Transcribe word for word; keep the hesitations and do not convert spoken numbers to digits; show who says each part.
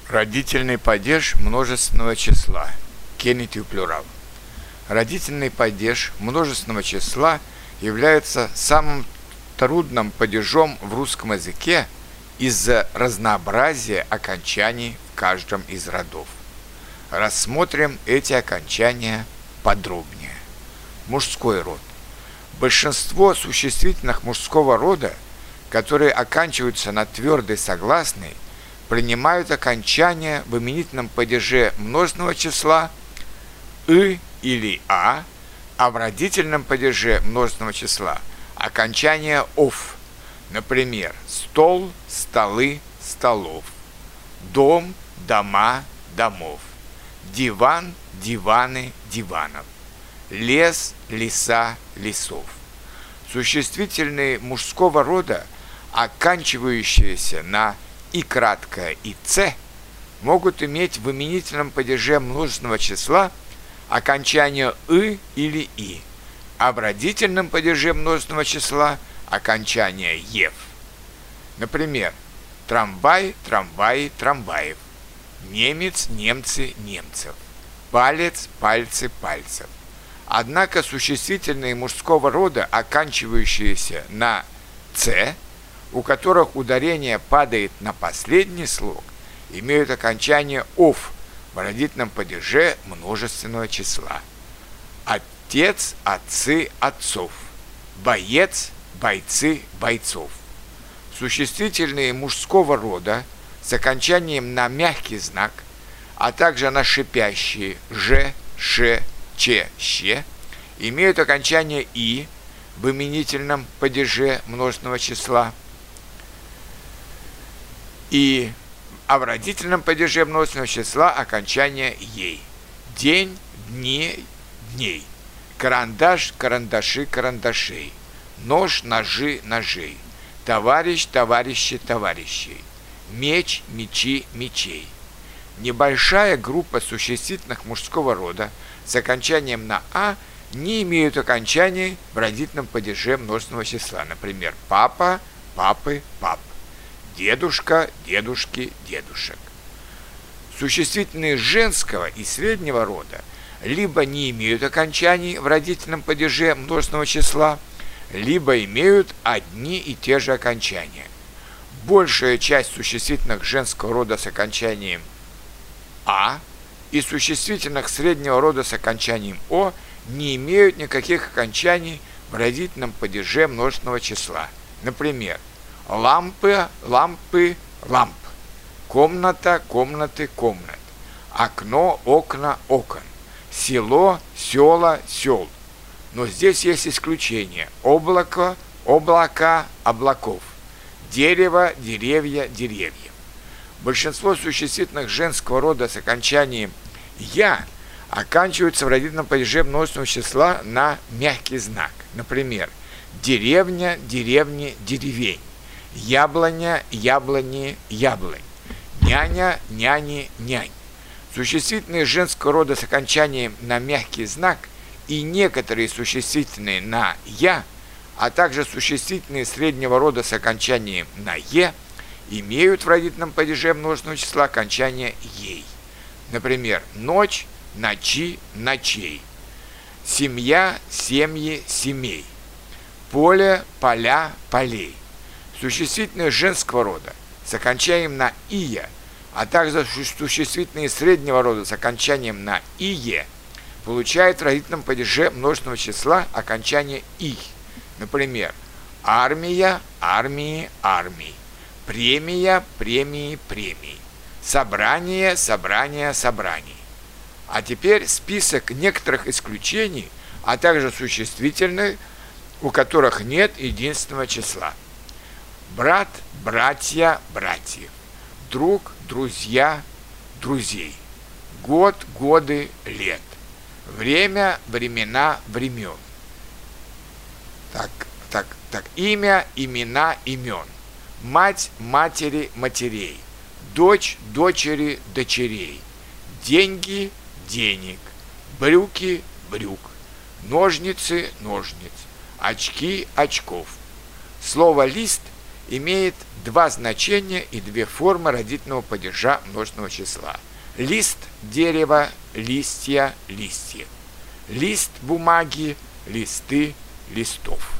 Speaker 1: Родительный падеж множественного числа. Генитив плюрал. Родительный падеж множественного числа является самым трудным падежом в русском языке из-за разнообразия окончаний в каждом из родов. Рассмотрим эти окончания подробнее. Мужской род. Большинство существительных мужского рода, которые оканчиваются на твердый согласный, принимают окончание в именительном падеже множественного числа «ы» или «а», а в родительном падеже множественного числа окончание «ов». Например, стол, столы, столов, дом, дома, домов, диван, диваны, диванов, лес, леса, лесов. Существительные мужского рода, оканчивающиеся на и краткое, и ц, могут иметь в именительном падеже множественного числа окончание «ы» или «и», а в родительном падеже множественного числа окончание «ев». Например, трамвай, трамваи, трамваев, немец, немцы, немцев, палец, пальцы, пальцев. Однако существительные мужского рода, оканчивающиеся на «ц», у которых ударение падает на последний слог, имеют окончание «ов» в родительном падеже множественного числа. Отец, отцы, отцов, боец, бойцы, бойцов. Существительные мужского рода с окончанием на мягкий знак, а также на шипящие «ж», «ш», «ч», «щ, имеют окончание «и» в именительном падеже множественного числа, и, а в родительном падеже множественного числа окончание «ей». День, дни, дней. Карандаш, карандаши, карандашей. Нож, ножи, ножей. Товарищ, товарищи, товарищей. Меч, мечи, мечей. Небольшая группа существительных мужского рода с окончанием на «а» не имеют окончаний в родительном падеже множественного числа. Например, папа, папы, пап. Дедушка, дедушки, дедушек. Существительные женского и среднего рода либо не имеют окончаний в родительном падеже множественного числа, либо имеют одни и те же окончания. Большая часть существительных женского рода с окончанием «а» и существительных среднего рода с окончанием «о» не имеют никаких окончаний в родительном падеже множественного числа. Например, лампы, лампы, ламп, комната, комнаты, комнат, окно, окна, окон, село, села, сел. Но здесь есть исключение: облако, облака, облаков, дерево, деревья, деревьев. Большинство существительных женского рода с окончанием «я» оканчиваются в родительном падеже множественного числа на мягкий знак. Например, деревня, деревни, деревень, яблоня, яблони, яблонь, няня, няни, нянь. Существительные женского рода с окончанием на мягкий знак и некоторые существительные на «я», а также существительные среднего рода с окончанием на «е» имеют в родительном падеже множественного числа окончание «ей». Например, ночь, ночи, ночей, семья, семьи, семей, поле, поля, полей. Существительные женского рода с окончанием на «ия», а также существительные среднего рода с окончанием на «ие» получают в родительном падеже множественного числа окончание «и». Например, армия, армии, армии, премия, премии, премии, собрание, собрание, собраний. А теперь список некоторых исключений, а также существительных, у которых нет единственного числа. Брат, братья, братьев, друг, друзья, друзей, год, годы, лет, время, времена, времен. Так, так, так, имя, имена, имен, мать, матери, матерей, дочь, дочери, дочерей, деньги, денег, брюки, брюк, ножницы, ножниц, очки, очков. Слово «лист» имеет два значения и две формы родительного падежа множественного числа. Лист дерева, листья, листьев. Лист бумаги, листы листов.